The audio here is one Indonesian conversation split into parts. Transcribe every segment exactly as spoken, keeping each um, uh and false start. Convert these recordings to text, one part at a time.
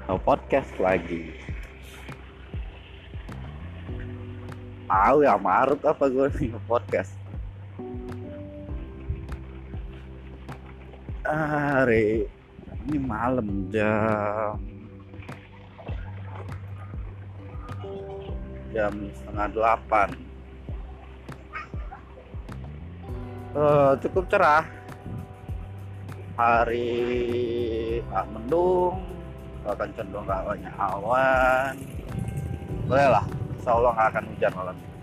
Mau podcast lagi. Tahu ya Maret apa gue nih podcast. Hari ini malam jam jam setengah delapan. Uh, cukup cerah. Hari tak mendung, akan cenderung gak banyak awan. Boleh lah, insya Allah gak akan hujan malam ini.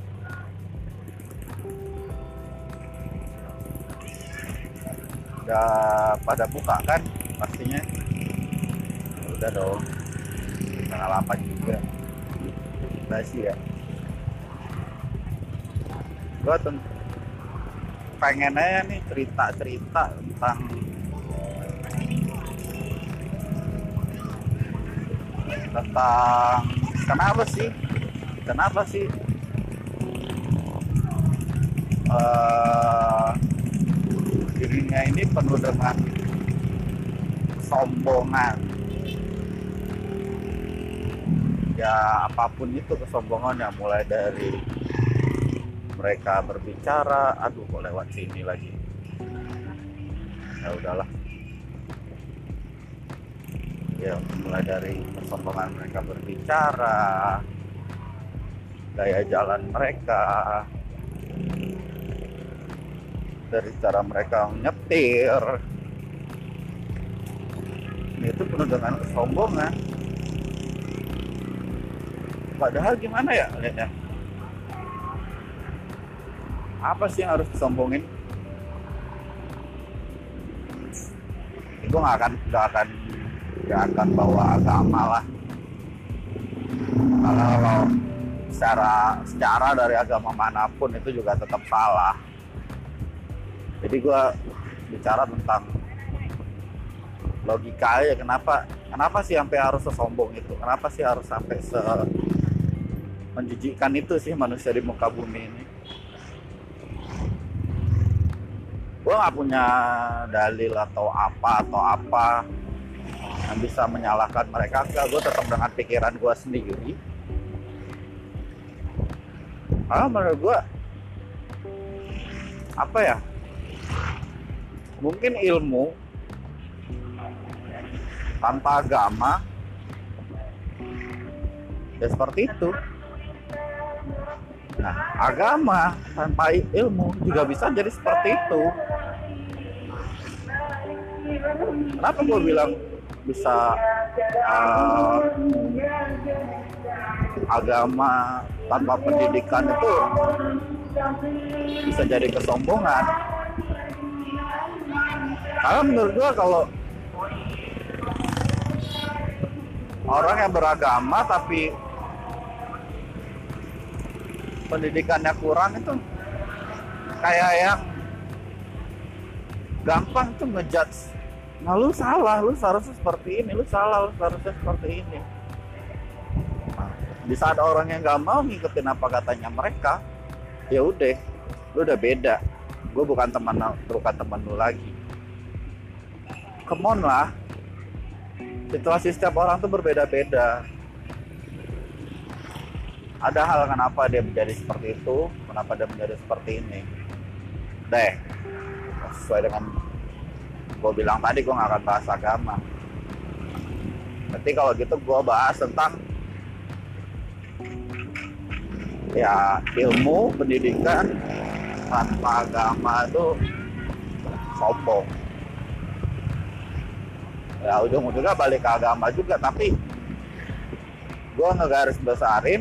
Udah pada buka kan pastinya? Udah dong, setengah delapan juga. Masih ya. Gue tentu pengen aja nih cerita-cerita tentang tentang kenapa sih kenapa sih uh, dirinya ini penuh dengan kesombongan. Ya apapun itu kesombongannya, mulai dari mereka berbicara, aduh kok lewat sini lagi. Ya udahlah. Ya mulai dari kesombongan mereka berbicara, gaya jalan mereka, dari cara mereka nyetir, itu penuh dengan kesombongan. Padahal gimana ya lihatnya? Apa sih yang harus disombongin? Itu nggak akan nggak akan nggak akan bawa agama lah. Karena kalau secara secara dari agama manapun itu juga tetap salah. Jadi gue bicara tentang logika aja. Kenapa kenapa sih sampai harus sesombong itu? Kenapa sih harus sampai se menjijikkan itu sih manusia di muka bumi ini? Gue gak punya dalil atau apa atau apa yang bisa menyalahkan mereka. Enggak, gue tetap dengan pikiran gue sendiri. Karena menurut gue apa ya, mungkin ilmu tanpa agama ya seperti itu. Nah, agama tanpa ilmu juga bisa jadi seperti itu. Kenapa gue bilang bisa uh, agama tanpa pendidikan itu bisa jadi kesombongan? Karena menurut gue kalau orang yang beragama tapi pendidikannya kurang itu kayak yang gampang tuh ngejudge. Nah lu salah, lu seharusnya seperti ini, lu salah, lu seharusnya seperti ini. Nah, di saat orang yang gak mau ngikutin apa katanya mereka, ya udah, lu udah beda. Gue bukan teman, bukan teman lu lagi. Come on lah. Situasi setiap orang tuh berbeda-beda. Ada hal kenapa dia menjadi seperti itu, kenapa dia menjadi seperti ini. Deh, sesuai dengan gue bilang tadi, gue gak akan bahas agama. Nanti kalau gitu gue bahas tentang ya ilmu, pendidikan tanpa agama itu sombong. Ya ujung-ujungnya balik ke agama juga, tapi gue ngegaris besarin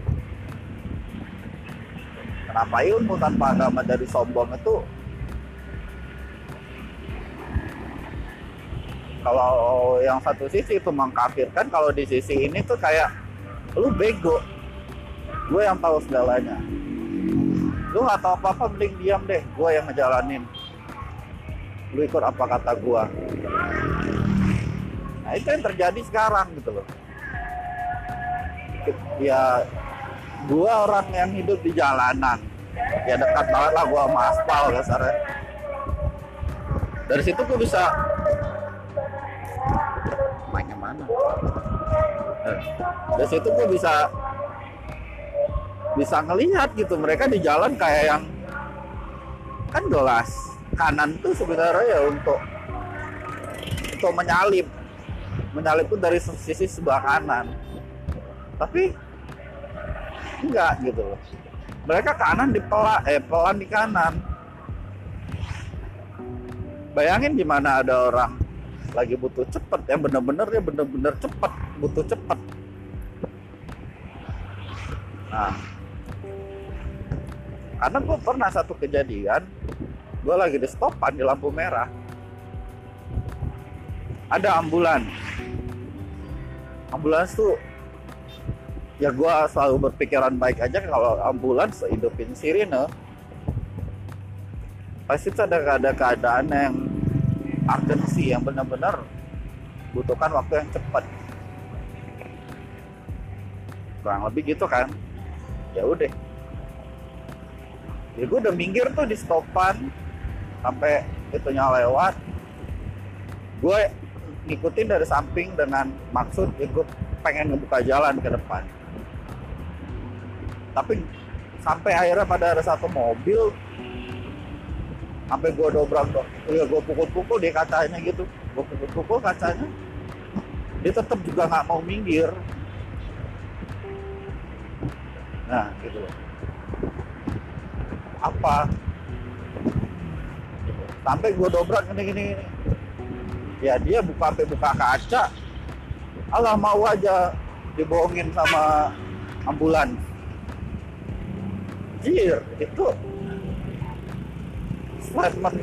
kenapa ilmu tanpa agama dari sombong itu. Kalau yang satu sisi itu mengkafirkan, kalau di sisi ini tuh kayak lu bego, gue yang tahu segalanya, lu nggak tahu apa-apa, mending diam deh, gue yang ngejalanin, lu ikut apa kata gue. Nah itu yang terjadi sekarang gitu loh. Ya gue orang yang hidup di jalanan, ya dekat banget lah gue sama aspal kasarnya. Dari situ gue bisa mainnya mana Nah, dari situ gue bisa bisa ngelihat gitu mereka di jalan kayak yang kan jelas kanan tuh sebenarnya ya untuk untuk menyalip menyalip tuh dari sisi sebelah kanan, tapi enggak gitu loh. Mereka kanan di pelan, eh pelan di kanan. Bayangin gimana ada orang lagi butuh cepet, yang bener-bener ya bener-bener cepet, butuh cepet. Nah, karena gue pernah satu kejadian, gue lagi di stopan di lampu merah, ada ambulan. Ambulans tuh, ya gue selalu berpikiran baik aja kalau ambulans hidupin sirine. Pasti itu ada, ada keadaan yang urgensi, yang benar-benar butuhkan waktu yang cepat. Kurang lebih gitu kan. Ya udah. Ya gue udah minggir tuh di stopan sampai itunya lewat. Gue ngikutin dari samping dengan maksud ya gue pengen ngebuka jalan ke depan. Tapi sampai akhirnya pada ada satu mobil, sampai gue dobrak, ya gue pukul-pukul dia kacanya gitu, gue pukul-pukul kacanya, dia tetap juga nggak mau minggir. Nah gitu loh. Apa? Sampai gue dobrak gini-gini. Ya dia buka sampai buka kaca, alah mau aja dibohongin sama ambulan. Jir, itu statement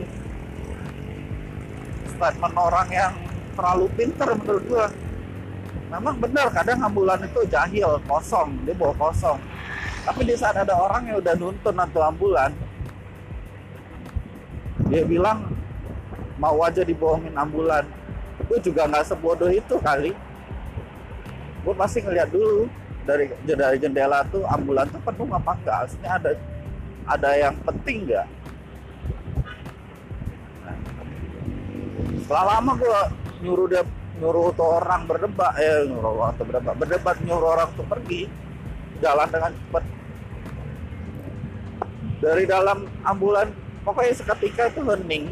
statement orang yang terlalu pintar menurut gua. Memang benar kadang ambulan itu jahil, kosong, dia bawa kosong. Tapi di saat ada orang yang udah nuntun atau ambulan, dia bilang mau aja dibohongin ambulan. Gue juga nggak sebodoh itu kali. Gue pasti ngeliat dulu dari dari jendela tuh ambulan tuh penuh apa enggak, aslinya ada ada yang penting nggak. Nah, setelah lama gue nyuruh dia nyuruh tuh orang berdebat, eh nyuruh orang tuh berdebat, berdebat nyuruh orang tuh pergi jalan dengan cepat dari dalam ambulan. Pokoknya seketika itu hening.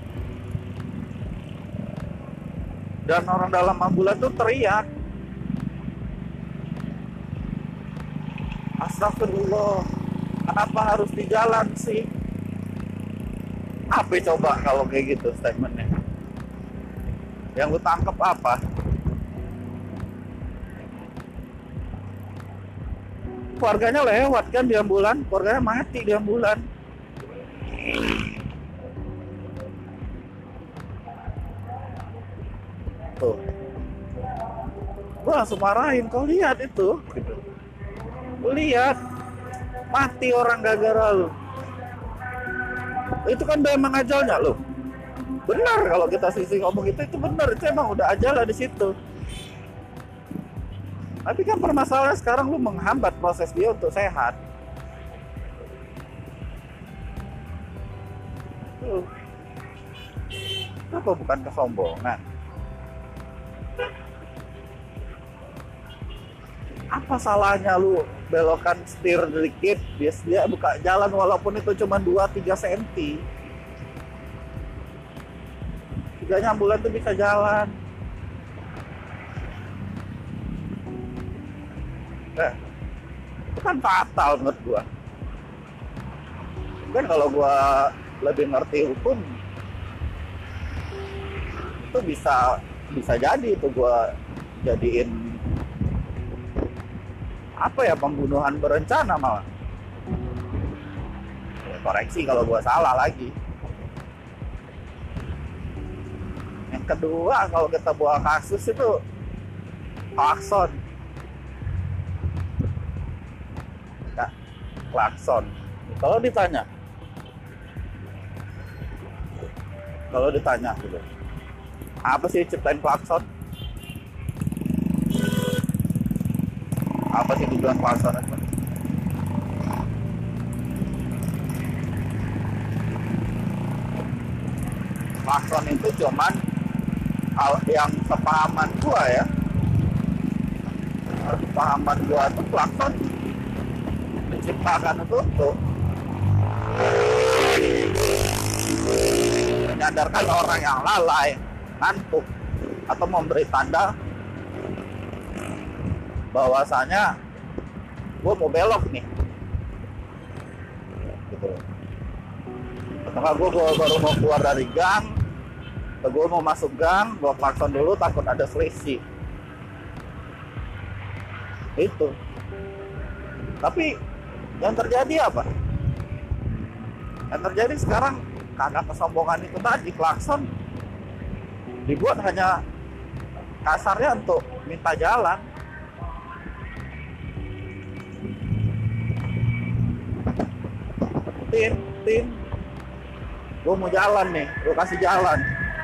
Dan orang dalam ambulan tuh teriak, astagfirullah, kenapa harus di jalan sih? Apa coba kalau kayak gitu statementnya? Yang lu tangkep apa? Keluarganya lewat kan di ambulan, keluarganya mati di ambulan. Tuh, gue langsung marahin, kau lihat itu, gitu. Lihat, mati orang gara-gara lu. Itu kan memang ajalnya lu. Benar kalau kita sisi ngomong itu, itu benar, itu emang udah ajalnya di situ. Tapi kan permasalahannya sekarang lu menghambat proses dia untuk sehat. Tuh. Apa bukan kesombongan? Apa salahnya lu belokan setir dikit, bias dia buka jalan walaupun itu cuma dua tiga senti. Tiganya ambulan tuh bisa jalan. Nah, itu kan fatal menurut gua. Kan kalau gua lebih ngerti hukum, itu bisa bisa jadi itu gua jadiin apa ya, pembunuhan berencana malah. Ya, koreksi kalau gua salah lagi. Yang kedua, kalau kita bawa kasus itu klakson. Ya, klakson. Kalau ditanya, kalau ditanya gitu, apa sih ciptain klakson? Apa sih tujuan klakson? Klakson itu cuman hal yang sepahaman gua ya, Pahaman gua tuh klakson menciptakan itu tuh menyadarkan orang yang lalai, ngantuk, atau memberi tanda bahwasanya gua mau belok nih gitu. Atau gua, gua baru mau keluar dari gang, atau gua mau masuk gang, gua klakson dulu takut ada selisih itu. Tapi yang terjadi apa? Yang terjadi sekarang karena kesombongan itu tadi, klakson dibuat hanya kasarnya untuk minta jalan. Tin, tin, gue mau jalan nih, gue kasih jalan.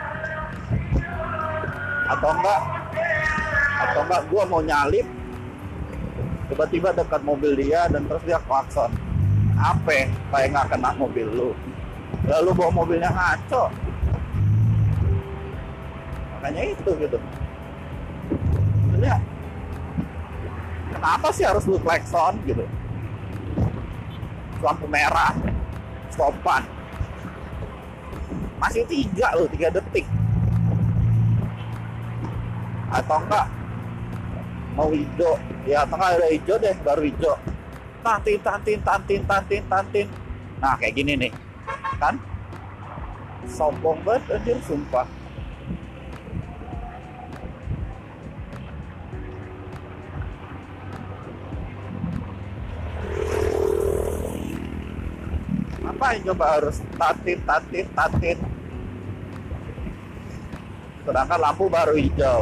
Atau enggak, atau enggak gue mau nyalip, tiba-tiba dekat mobil dia dan terus dia klakson. Apa? Supaya nggak kena mobil lu. Lalu bawa mobilnya ngaco. Makanya itu gitu. Sebenarnya kenapa sih harus lu klakson gitu? Lampu merah, stopan. Masih tiga loh, tiga detik. Atau enggak mau hijau, ya atau enggak ada hijau deh, baru hijau. Tantin, tantin, tantin, tantin, tantin. Nah kayak gini nih, kan? Sombong banget anjir, sumpah. Ngapain coba harus tantin, tantin, tantin? Sedangkan lampu baru hijau.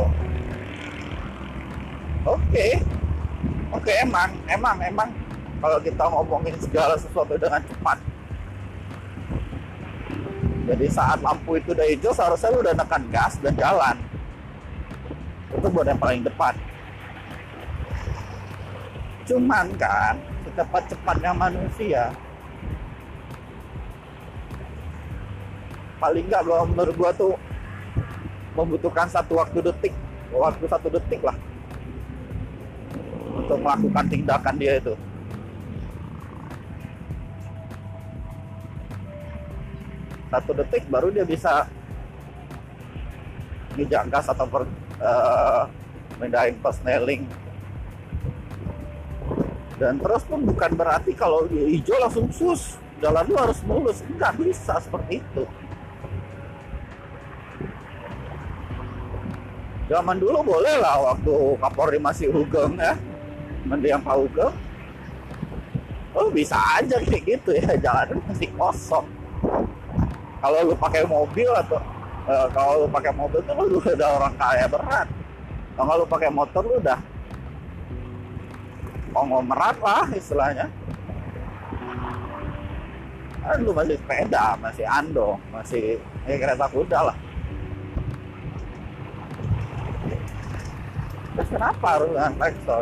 Oke, oke emang, emang, emang. Kalau kita ngomongin segala sesuatu dengan cepat, jadi saat lampu itu udah hijau, seharusnya lu udah nekan gas dan jalan. Itu buat yang paling depan. Cuman kan, secepat-cepatnya manusia, paling nggak gua, menurut gua tuh membutuhkan satu waktu detik, waktu satu detik lah untuk melakukan tindakan dia itu. Satu detik baru dia bisa ngejak gas atau per, uh, mindahin persneling. Dan terus pun bukan berarti kalau hijau langsung sus, jalan lu harus mulus, nggak bisa seperti itu. Zaman dulu boleh lah, waktu Kapolri masih Hugeng ya, mendiang Pak Hugeng, oh bisa aja kayak gitu ya, jalan masih kosong. Kalau lu pakai mobil atau uh, kalau lu pakai mobil tuh lu udah orang kaya berat. Kalau lu pakai motor lu udah konglomerat lah istilahnya. Kan lu masih sepeda, masih andong, masih eh, kereta kuda lah. Terus kenapa harus dengan klakson?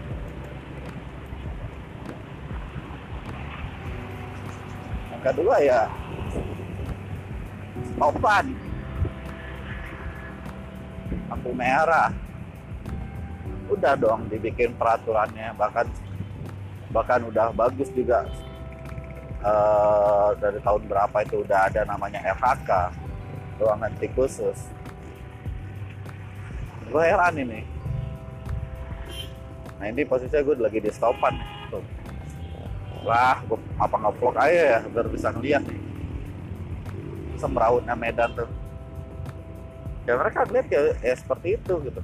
Yang kedua ya stopan, lampu merah, udah dong dibikin peraturannya. Bahkan bahkan udah bagus juga, uh, dari tahun berapa itu udah ada namanya R H K, ruang ganti khusus. Gue heran ini. Nah ini posisinya gue lagi di stopan tuh. Wah, gue apa nge-vlog aja ya biar bisa ngeliat nih semrautnya Medan tuh. Ya mereka lihat ya, ya seperti itu gitu.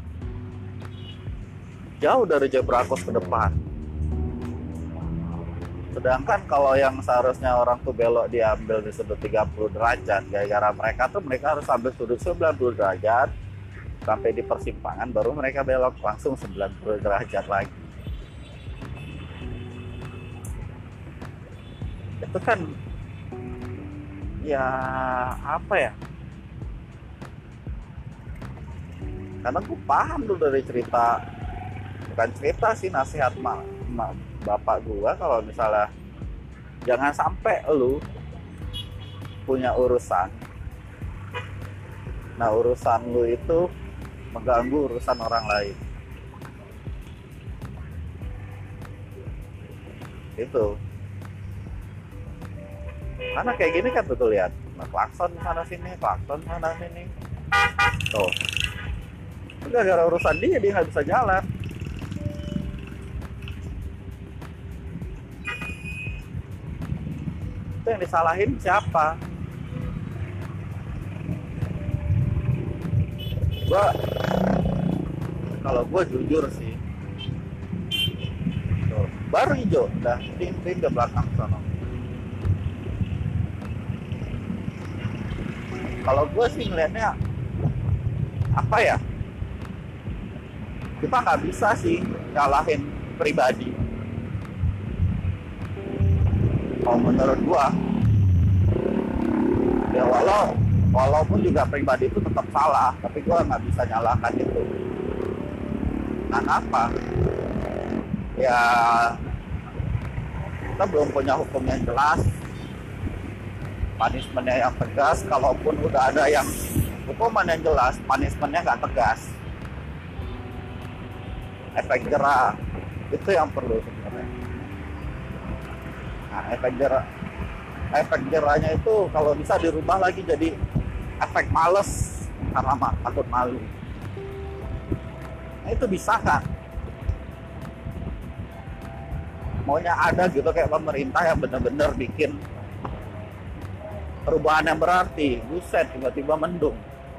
Jauh dari zebra cross ke depan. Sedangkan kalau yang seharusnya orang tuh belok diambil di sudut tiga puluh derajat, gara-gara mereka tuh mereka harus ambil sudut sembilan puluh derajat sampai di persimpangan, baru mereka belok langsung sembilan puluh derajat lagi. Itu kan ya apa ya, karena gue paham tuh dari cerita, bukan cerita sih, nasihat ma, ma, bapak gue, kalau misalnya jangan sampai lu punya urusan, nah urusan lu itu mengganggu urusan orang lain. Itu karena kayak gini kan betul lihat, nah, klakson sana sini, klakson sana sini, tuh udah gara urusan dia dia nggak bisa jalan. Itu yang disalahin siapa? Gua kalau gua jujur sih, tuh, baru hijau udah tin-tin ke belakang sana. Kalau gue sih ngeliatnya apa ya, kita nggak bisa sih nyalahin pribadi. Kalau menurut gue, ya walau walaupun juga pribadi itu tetap salah, tapi gue nggak bisa nyalakan itu. Nah apa? Ya kita belum punya hukum yang jelas, punishment-nya yang tegas. Kalaupun udah ada yang hukuman yang jelas, punishment-nya nggak tegas, efek jerah itu yang perlu sebenarnya. Nah, efek jerah efek jerahnya itu kalau bisa dirubah lagi jadi efek males karena takut malu. Nah, itu bisa kan? Maunya ada gitu kayak pemerintah yang bener-bener bikin perubahan yang berarti. Buset, tiba-tiba mendung.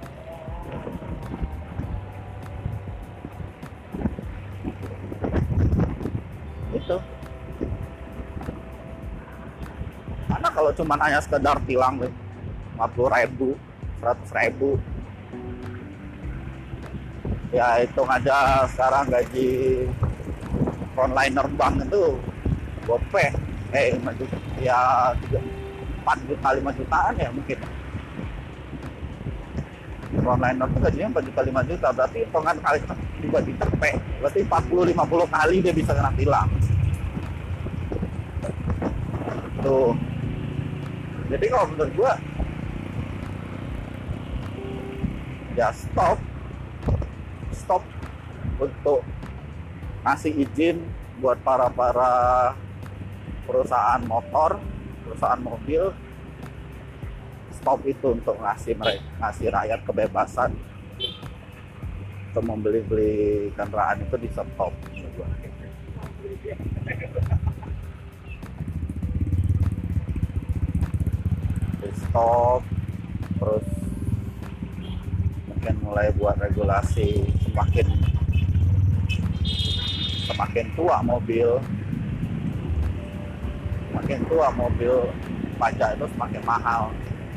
Itu. Karena kalau cuma hanya sekedar tilang lima puluh ribu, seratus ribu, ya hitung aja sekarang gaji frontliner bank itu gope, eh lima juta, ya empat juta, lima jutaan ya mungkin. Frontliner itu gajinya empat juta, lima juta, berarti hitungan kali dibagi cepet, berarti empat puluh lima puluh kali dia bisa kena tilang. Tuh. Jadi kalau menurut gua, ya stop, stop untuk ngasih izin buat para-para perusahaan motor, perusahaan mobil, stop itu untuk ngasih mereka, ngasih rakyat kebebasan untuk membeli-beli kendaraan itu di stop. Di stop, terus mungkin mulai buat regulasi semakin semakin tua mobil, semakin tua mobil pajak itu semakin mahal.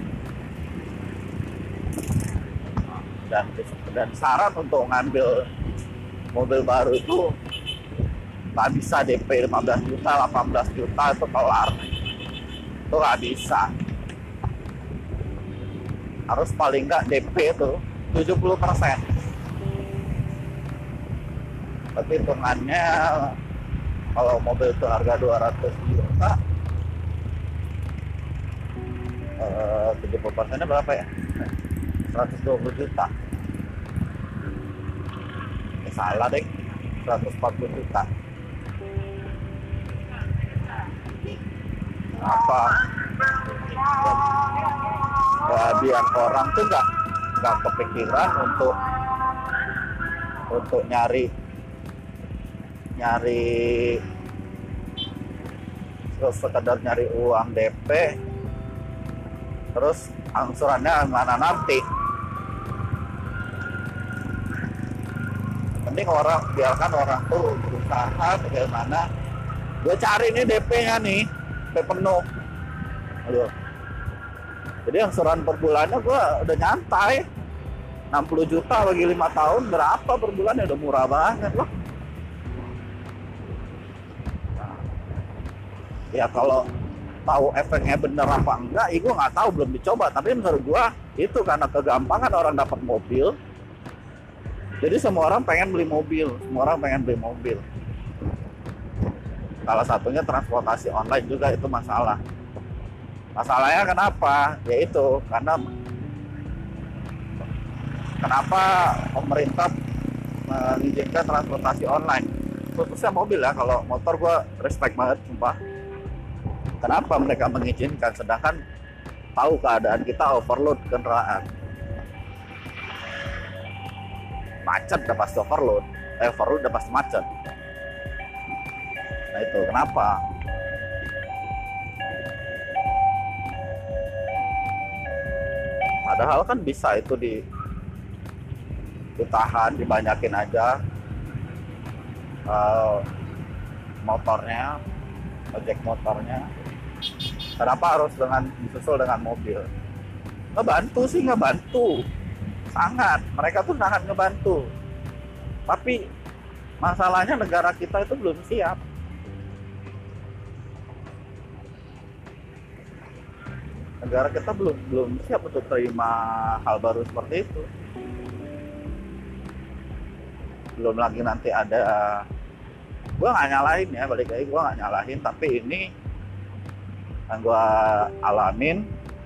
Dan dan syarat untuk ngambil mobil baru itu nggak bisa D P lima belas juta, delapan belas juta itu kelar. Itu nggak bisa. Harus paling nggak D P itu tujuh puluh persen. Tapi hitungannya kalau mobil itu harga dua ratus juta, eh, tujuh puluh persennya berapa ya? seratus dua puluh juta. Eh, salah deh, seratus empat puluh juta. Apa? Ya, biar orang tuh nggak nggak kepikiran untuk untuk nyari nyari terus sekedar nyari uang D P, terus angsurannya mana nanti. Penting orang, biarkan orang tuh berusaha bagaimana gue cari nih D P-nya nih, D P penuh. Aduh. Jadi angsuran per bulannya gue udah nyantai enam puluh juta bagi lima tahun, berapa per bulan ya, udah murah banget loh. Nah, ya kalau tahu efeknya bener apa enggak, ya gue nggak tahu, belum dicoba. Tapi menurut gue itu karena kegampangan orang dapat mobil, jadi semua orang pengen beli mobil, semua orang pengen beli mobil. Salah satunya transportasi online juga itu masalah. Masalahnya kenapa? Yaitu karena kenapa pemerintah mengizinkan transportasi online, khususnya mobil ya. Kalau motor gue respect banget, sumpah. Kenapa mereka mengizinkan sedangkan tahu keadaan kita overload kendaraan, macet udah pasti overload, eh, overload udah pasti macet. Nah itu kenapa? Padahal kan bisa itu di ditahan, dibanyakin aja uh, motornya, ojek motornya. Kenapa harus dengan disusul dengan mobil? Ngebantu sih, ngebantu sangat, mereka tuh sangat ngebantu, tapi masalahnya negara kita itu belum siap. Negara kita belum belum siap untuk terima hal baru seperti itu. Belum lagi nanti ada, gue nggak nyalahin ya, balik lagi gue nggak nyalahin, tapi ini yang gue alamin.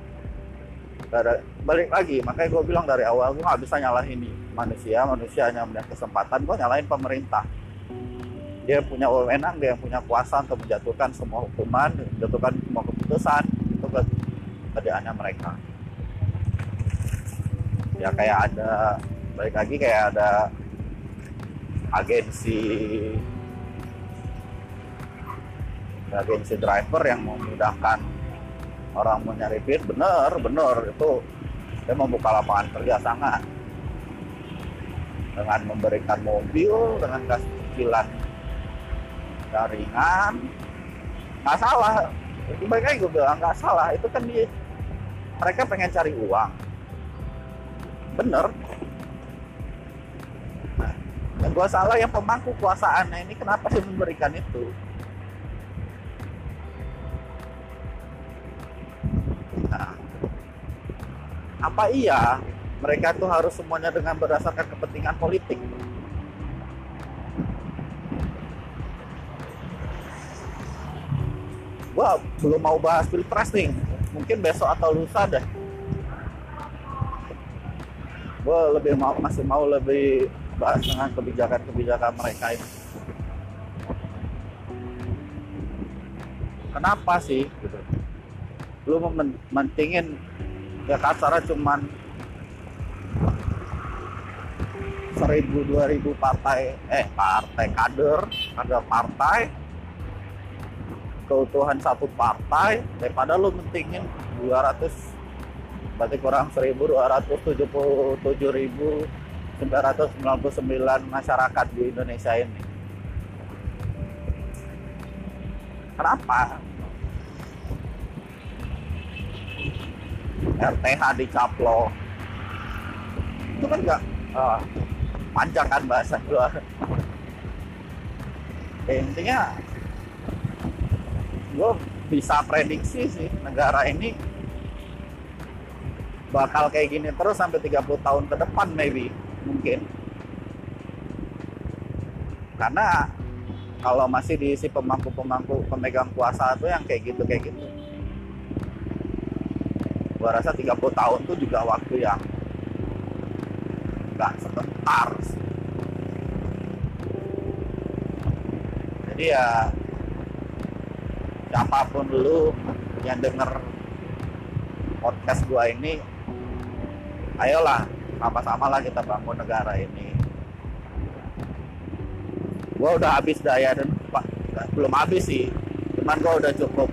Balik lagi, makanya gue bilang dari awal gue nggak bisa nyalahin manusia, manusia hanya melihat kesempatan. Gue nyalahin pemerintah, dia punya wewenang, dia yang punya kuasa untuk menjatuhkan semua hukuman, menjatuhkan semua keputusan. Itu kerjaannya mereka. Ya kayak ada, balik lagi kayak ada agensi agensi driver yang memudahkan orang mau nyari duit. Bener, bener itu dia membuka lapangan kerja sangat, dengan memberikan mobil, dengan kasih cicilan ringan. Nggak salah, itu baiknya gue bilang nggak salah. Itu kan dia, mereka pengen cari uang, bener. Nah, yang gue salah yang pemangku kuasaannya ini, kenapa sih memberikan itu? Nah, apa iya mereka tuh harus semuanya dengan berdasarkan kepentingan politik? Gua belum mau bahas pilpres nih, mungkin besok atau lusa deh. Gua lebih mau, masih mau lebih bahas dengan kebijakan-kebijakan mereka ini. Kenapa sih gitu? Lu mentingin ya kasarnya cuman seribu dua ribu partai eh partai kader kader partai, keutuhan satu partai, daripada lu mentingin dua ratus, berarti kurang seribu dua ratus tujuh puluh tujuh ribu sembilan ratus sembilan puluh sembilan masyarakat di Indonesia ini. Kenapa? R T H dicaplo, itu kan nggak uh, panjang kan bahasa gua. Ya, intinya gue bisa prediksi sih negara ini bakal kayak gini terus sampai tiga puluh tahun ke depan, maybe, mungkin. Karena kalau masih diisi pemangku-pemangku pemegang kuasa tuh yang kayak gitu kayak gitu, gue rasa tiga puluh tahun tuh juga waktu yang nggak sebentar. Jadi ya siapapun dulu yang denger podcast gue ini, ayolah sama-sama lah kita bangun negara ini. Gue udah habis daya dan pak, belum habis sih, cuman gue udah cukup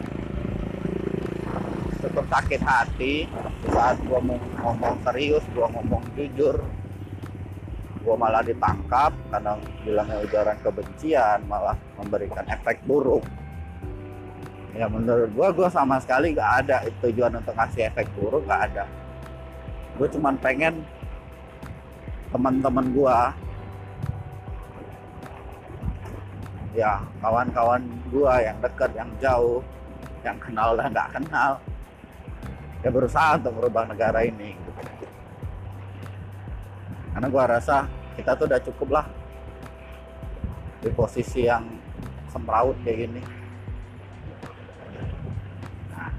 cukup sakit hati saat gue mau ngomong serius, gue ngomong jujur, gue malah ditangkap karena bilangnya ujaran kebencian, malah memberikan efek buruk. Ya menurut gue, gue sama sekali gak ada tujuan untuk ngasih efek buruk, gak ada. Gue cuman pengen teman-teman gue, ya kawan-kawan gue yang dekat, yang jauh, yang kenal dan gak kenal, ya berusaha untuk merubah negara ini gitu. Karena gue rasa kita tuh udah cukup lah di posisi yang semrawut kayak gini. Nah,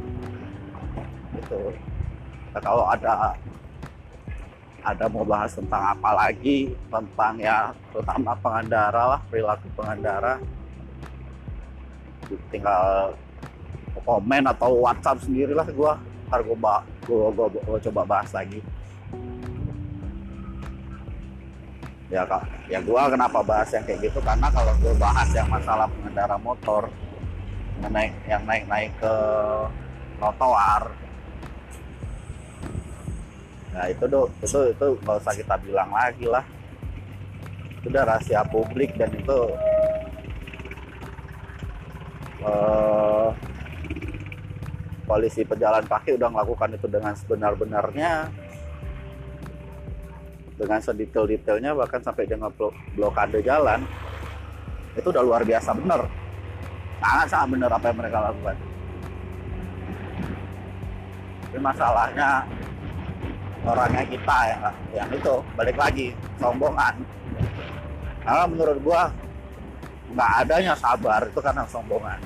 gitu. Nah, kalau ada ada mau bahas tentang apa lagi, tentang ya terutama pengendara lah, perilaku pengendara, tinggal komen atau WhatsApp sendirilah gue, ntar gue ba gua, gua, gua coba bahas lagi. Ya kak, ya gue kenapa bahas yang kayak gitu, karena kalau gue bahas yang masalah pengendara motor yang naik yang naik naik ke trotoar, nah itu tuh itu itu nggak usah kita bilang lagi lah, itu udah rahasia publik. Dan itu uh, polisi pejalan kaki udah melakukan itu dengan sebenar-benarnya, dengan sedetail-detailnya, bahkan sampai dia ngeblokade jalan. Itu udah luar biasa bener, sangat-sangat bener apa yang mereka lakukan. Tapi masalahnya orangnya kita yang, yang itu balik lagi sombongan. Karena menurut gua nggak adanya sabar itu karena sombongan.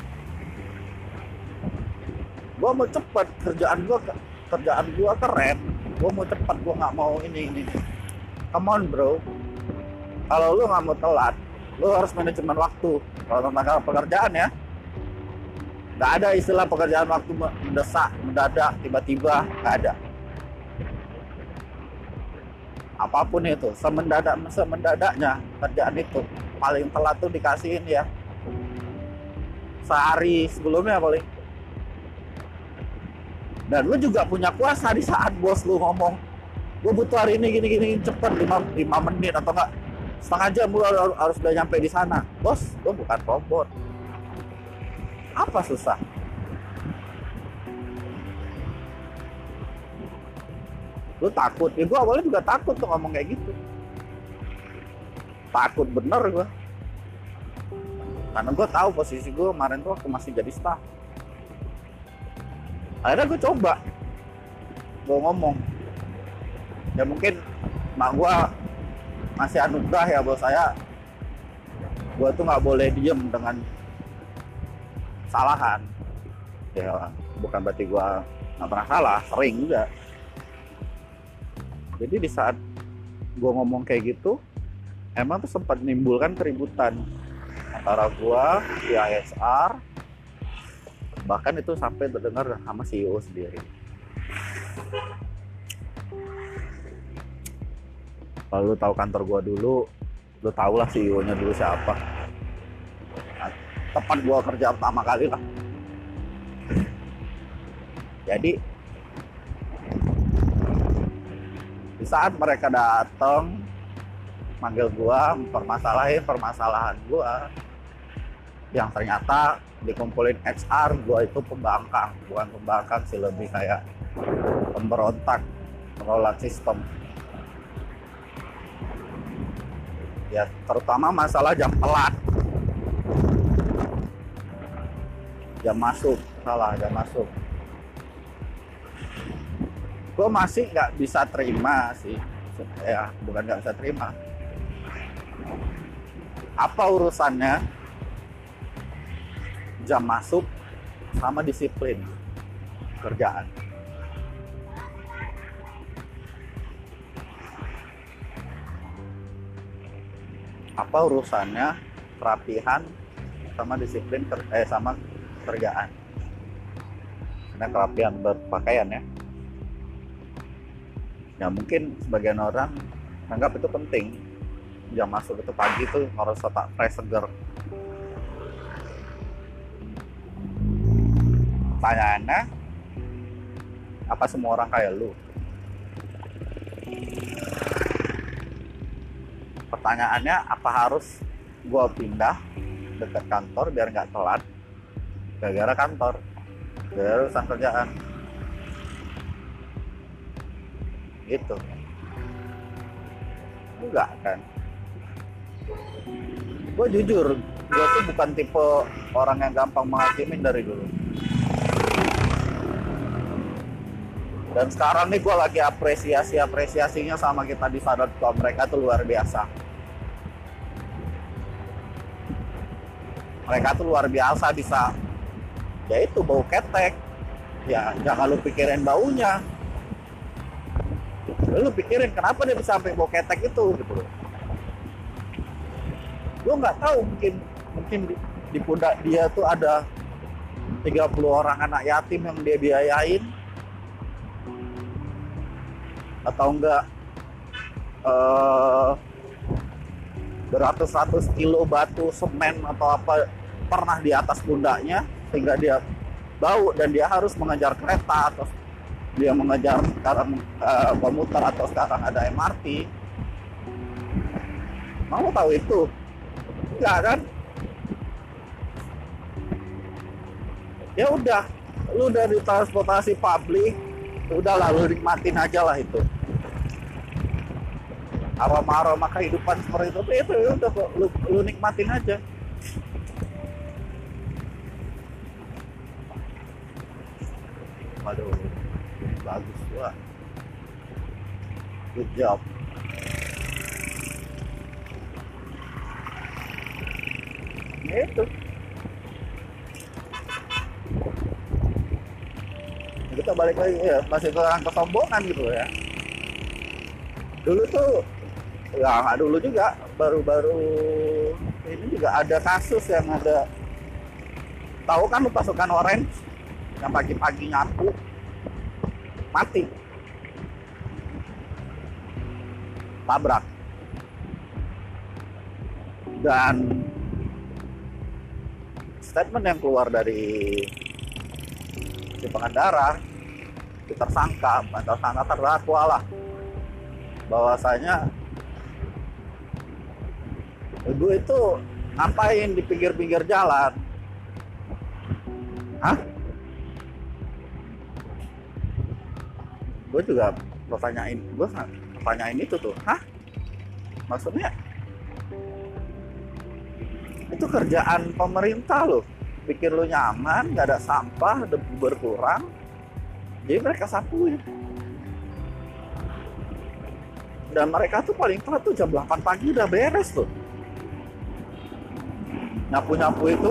Gua mau cepet, kerjaan gua kerjaan gua keren, gua mau cepet, gua nggak mau ini ini. Come on bro, kalau lu nggak mau telat, lu harus manajemen waktu. Kalau tentang pekerjaan ya, nggak ada istilah pekerjaan waktu mendesak, mendadak, tiba-tiba, nggak ada. Apapun itu, semendadak semendadaknya kerjaan itu, paling telat tuh dikasihin ya sehari sebelumnya paling. Dan lu juga punya kuasa di saat bos lu ngomong, gue butuh hari ini gini gini cepet lima menit atau enggak setengah jam, gue harus, harus udah nyampe di sana. Bos, gue bukan robot. Apa susah? Lu takut? Ya gue awalnya juga takut tuh ngomong kayak gitu. Takut bener gue. Karena gue tahu posisi gue kemarin tuh waktu masih jadi staff. Akhirnya gue coba, gue ngomong. Ya mungkin mak gua masih anugerah ya bos saya, gua tuh nggak boleh diem dengan kesalahan. Ya bukan berarti gua nggak pernah salah, sering juga. Jadi di saat gua ngomong kayak gitu, emang tuh sempat menimbulkan keributan antara gua, C I S R, bahkan itu sampai terdengar sama C E O sendiri. Kalau lu tahu kantor gua dulu, lu tau lah C E O-nya dulu siapa. Nah, tepat gua kerja pertama kali lah. Jadi di saat mereka datang manggil gua, mempermasalahin permasalahan gua, yang ternyata dikumpulin H R, gua itu pembangkang, bukan pembangkang sih, lebih kayak pemberontak, menolak sistem. Ya terutama masalah jam telat, jam masuk, salah jam masuk. Gue masih nggak bisa terima sih, ya bukan nggak bisa terima. Apa urusannya jam masuk sama disiplin kerjaan? Apa urusannya kerapihan sama disiplin eh sama kerjaan? Karena kerapihan berpakaian ya. Ya mungkin sebagian orang anggap itu penting. Jam masuk itu pagi tuh harus tetap fresh, seger. Pertanyaannya, apa semua orang kayak lu? Pertanyaannya, apa harus gue pindah dekat kantor biar nggak telat gara-gara kantor, gara-gara urusan kerjaan gitu? Enggak kan? Gue jujur, gue tuh bukan tipe orang yang gampang menghakimin dari dulu. Dan sekarang nih gue lagi apresiasi-apresiasinya sama kita di Sadot. Mereka tuh luar biasa. Mereka tuh luar biasa bisa, ya itu bau ketek. Ya jangan lu pikirin baunya. Lu pikirin kenapa dia bisa sampai bau ketek itu gitu. Lu nggak tahu, mungkin mungkin di, di pundak dia tuh ada tiga puluh orang anak yatim yang dia biayain, atau enggak eh, beratus-ratus kilo batu semen atau apa pernah di atas pundaknya sehingga dia bau dan dia harus mengejar kereta atau dia mengejar sekarang uh, komuter atau sekarang ada M R T. Mau tahu itu? Enggak kan? Ya udah, lu udah di transportasi publik, udah lalu nikmatin aja lah itu. Aroma-aroma kehidupan seperti itu, itu udah lu, lu nikmatin aja. Waduh, bagus wah. Good job. Itu. Kita balik lagi ya, masih ke kesombongan gitu ya. Dulu tuh, ya nggak dulu juga, baru-baru ini juga ada kasus yang ada. Tahu kan lu pasukan Orange yang pagi-pagi nyapu mati, tabrak, dan statement yang keluar dari si pengendara, si tersangka, bukan tersangka, terdakwa lah, bahwasanya ibu itu ngapain di pinggir-pinggir jalan. Hah? Gue juga pertanyain, gue pertanyain itu tuh, hah? Maksudnya itu kerjaan pemerintah loh, bikin lu nyaman, gak ada sampah, debu berkurang, jadi mereka sapuin. Dan mereka tuh paling telat tuh jam delapan pagi udah beres tuh nyapu-nyapu itu.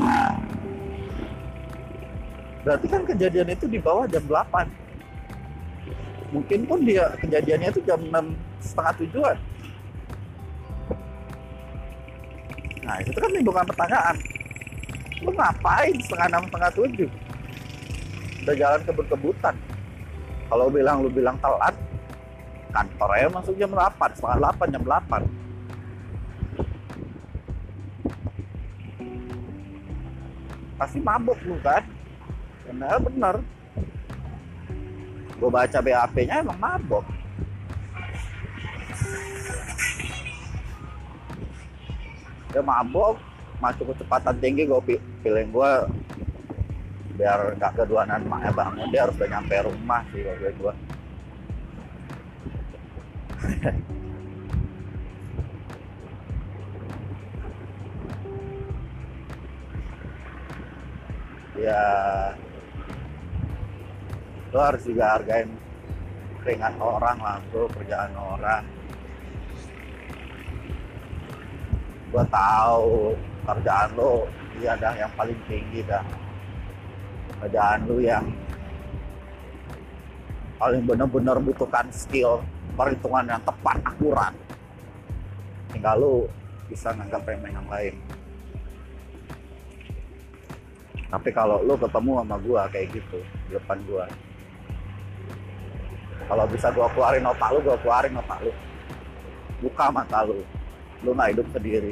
Berarti kan kejadian itu di bawah jam delapan. Mungkin pun dia kejadiannya itu jam enam setengah tujuan. Nah itu kan bukan pertanyaan, lu ngapain setengah enam setengah tujuh? Udah jalan kebut-kebutan. Kalau bilang lu bilang telat, kantornya masuk jam delapan, setengah delapan, jam delapan. Pasti mabuk lu kan? Bener bener. Gue baca B A P-nya emang mabuk. Dia mabuk, masuk kecepatan tinggi, gue pilih gue biar nggak keduanan maknya bangun, dia harus udah nyampe rumah sih gue gue. Ya lo harus juga hargain keringat orang lah bro, kerjaan orang. Gue tahu kerjaan lo iya dah yang paling tinggi dah, kerjaan lo yang paling benar-benar butuhkan skill perhitungan yang tepat, akurat, tinggal lo bisa nganggap remeh yang lain. Tapi kalau lo ketemu sama gue kayak gitu di depan gue, kalau bisa gue keluarin otak lo, gue keluarin otak lo, buka mata lo, lo nggak hidup sendiri.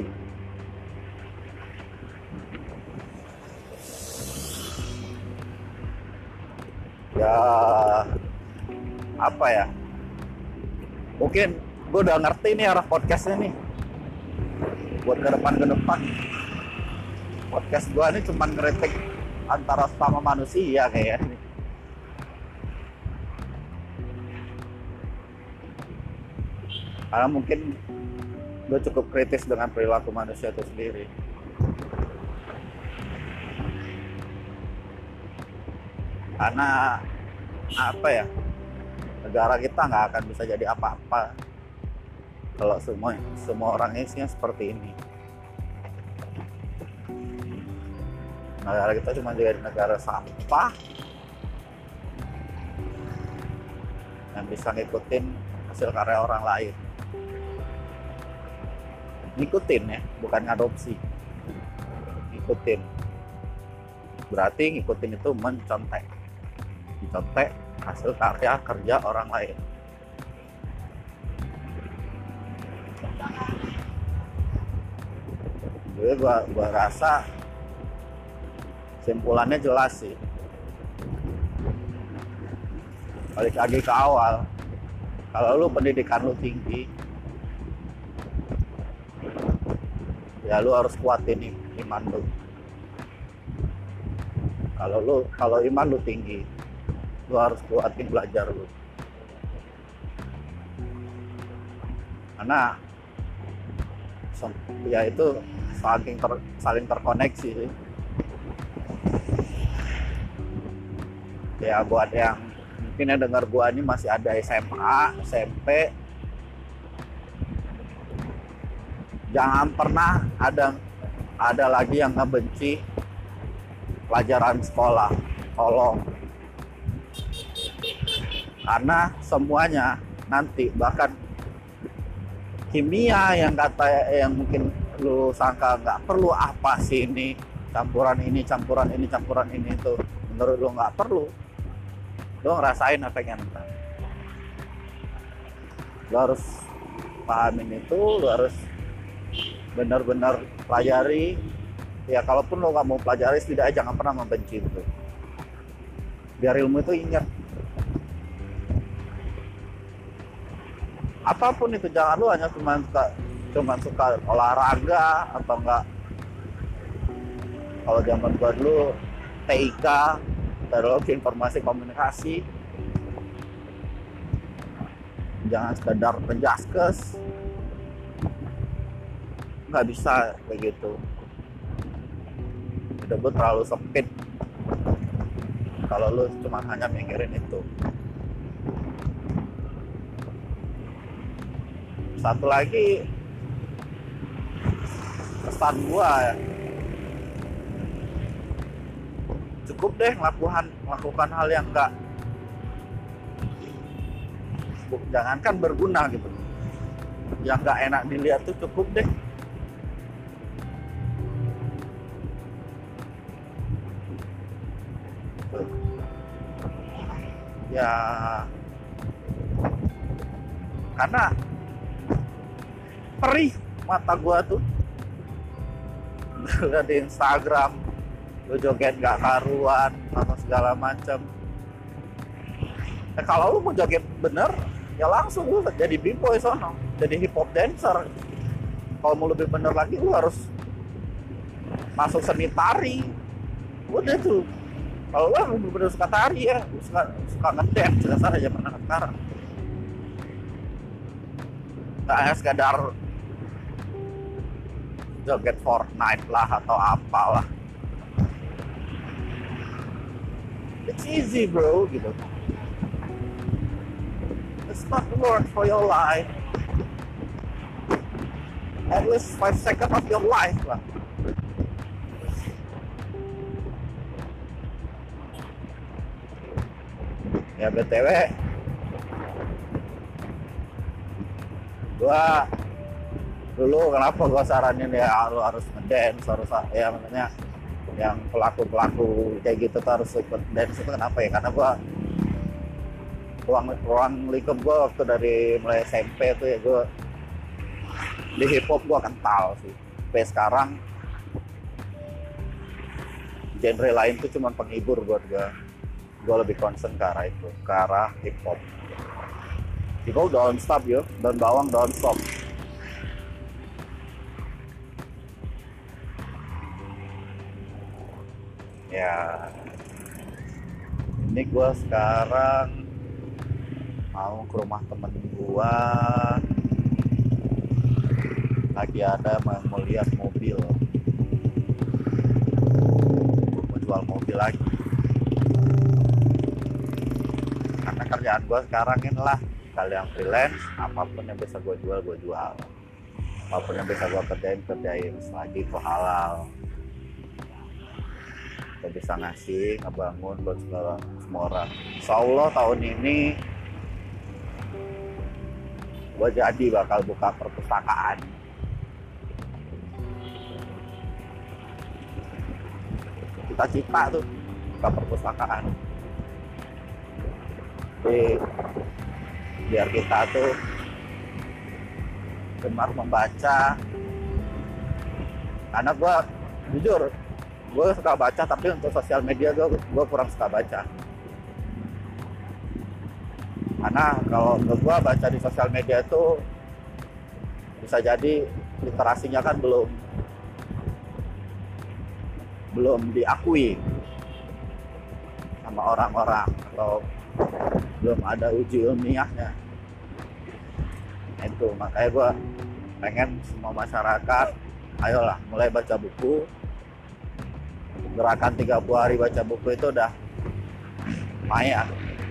Ya apa ya, mungkin gue udah ngerti nih arah podcastnya nih buat ke depan ke depan. Podcast gue ini cuman ngeritik antara sama manusia kayaknya nih. Karena mungkin gue cukup kritis dengan perilaku manusia itu sendiri. Karena apa ya, negara kita nggak akan bisa jadi apa-apa kalau semua semua orang isinya seperti ini. Negara kita cuma jadi negara sampah yang bisa ngikutin hasil karya orang lain. Ngikutin ya, bukan ngadopsi. Ngikutin. berarti ngikutin itu mencontek. Mencontek hasil karya kerja orang lain. Jadi gua, gua rasa simpulannya jelas sih. Balik lagi ke awal, kalau lu pendidikan lu tinggi, ya lu harus kuatin iman lu. Kalau lu kalau iman lu tinggi, lu harus kuatin belajar lu. Karena ya itu saling ter, saling terkoneksi sih. Ya buat yang mungkin yang dengar gua ini masih ada S M A, S M P, jangan pernah ada ada lagi yang ngebenci pelajaran sekolah. Tolong. Karena semuanya nanti, bahkan kimia yang kata yang mungkin lu sangka nggak perlu, apa sih ini, campuran ini, campuran ini, campuran ini, itu menurut lu nggak perlu, lu ngerasain efeknya ntar. Lu harus pahamin itu, lu harus benar-benar pelajari. Ya kalaupun lu nggak mau pelajari, setidaknya jangan pernah membenci itu, biar ilmu itu ingat. Apapun itu, jangan lu hanya cuma suka cuma suka olahraga atau enggak. Kalau zaman gua dulu T I K, teknologi informasi komunikasi, jangan sekedar penjaskes, nggak bisa begitu. Hidup lu terlalu sempit kalau lu cuma hanya mikirin itu. Satu lagi pesan gua, ya, cukup deh melakukan melakukan hal yang enggak, jangankan berguna gitu, yang enggak enak dilihat tuh cukup deh. Ya karena perih mata gua tuh lihat di Instagram lu joget gak karuan atau segala macam. Eh, kalau lu mau joget bener, ya langsung lu jadi b-boy sono, jadi hip hop dancer. Kalau mau lebih bener lagi, lu harus masuk seni tari. Udah tuh. Kalau lu bener-bener suka tari, ya suka suka ngedance, dasar aja zaman sekarang. Gak hanya sekadar joget Fortnite lah atau apalah. It's easy bro, gitu. It's not work for your life. At least five seconds of your life lah. Ya B T W, gua dulu kenapa gua saranin ya lu harus ngedance, harus ya makanya yang pelaku-pelaku kayak gitu tuh harus ikut dance. Itu kenapa ya? Karena gua ruang ruang lingkup gua waktu dari mulai S M P tuh ya gua di hip hop gua kental sih. Sampai sekarang genre lain tuh cuma penghibur buat gua. Gua lebih concern ke arah itu, ke arah hip hop. People don't stop yo, dan bawang don't stop. Ya, ini gue sekarang mau ke rumah temen gue, lagi ada mau lihat mobil, mau jual mobil lagi. Karena kerjaan gue sekarang inilah kalian freelance, apapun yang bisa gue jual gue jual, apapun yang bisa gue kerjain kerjain selagi itu halal. Kita bisa ngasih, ngebangun buat segala semua orang. Insya Allah tahun ini gue jadi bakal buka perpustakaan. cita-cita tuh buka perpustakaan. Jadi biar kita tuh gemar membaca, karena gue jujur gue suka baca, tapi untuk sosial media gue gue kurang suka baca. Karena kalau untuk gue baca di sosial media itu bisa jadi literasinya kan belum belum diakui sama orang-orang, atau belum ada uji ilmiahnya. Itu makanya gue pengen semua masyarakat ayolah mulai baca buku. Gerakan tiga puluh hari baca buku itu udah lumayan.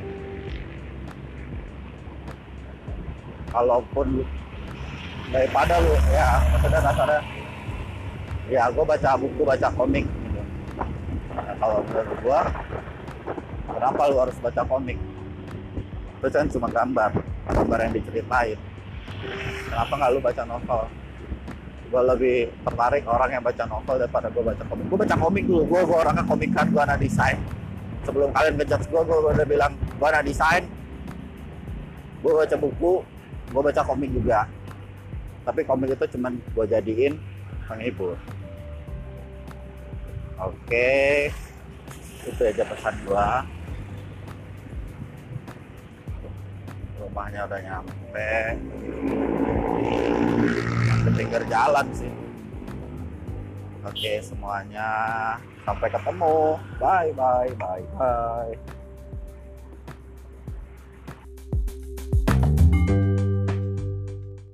Kalaupun daripada lu ya maksudnya dasarnya ya gue baca buku, baca komik gitu. Nah, kalau menurut gue, kenapa lu harus baca komik? Itu kan cuma gambar, gambar yang diceritain. Kenapa nggak lu baca novel? Gue lebih tertarik orang yang baca novel daripada gue baca komik. Gue baca komik dulu, gue, gue orangnya komikan, gue anak desain. Sebelum kalian ngejudge gue, gue udah bilang gue anak desain. Gue baca buku, gue baca komik juga. Tapi komik itu cuman gue jadiin penghibur. Oke, itu aja pesan gue. Rumahnya udah nyampe, di pinggir jalan sih. Oke semuanya, sampai ketemu. Bye bye bye bye.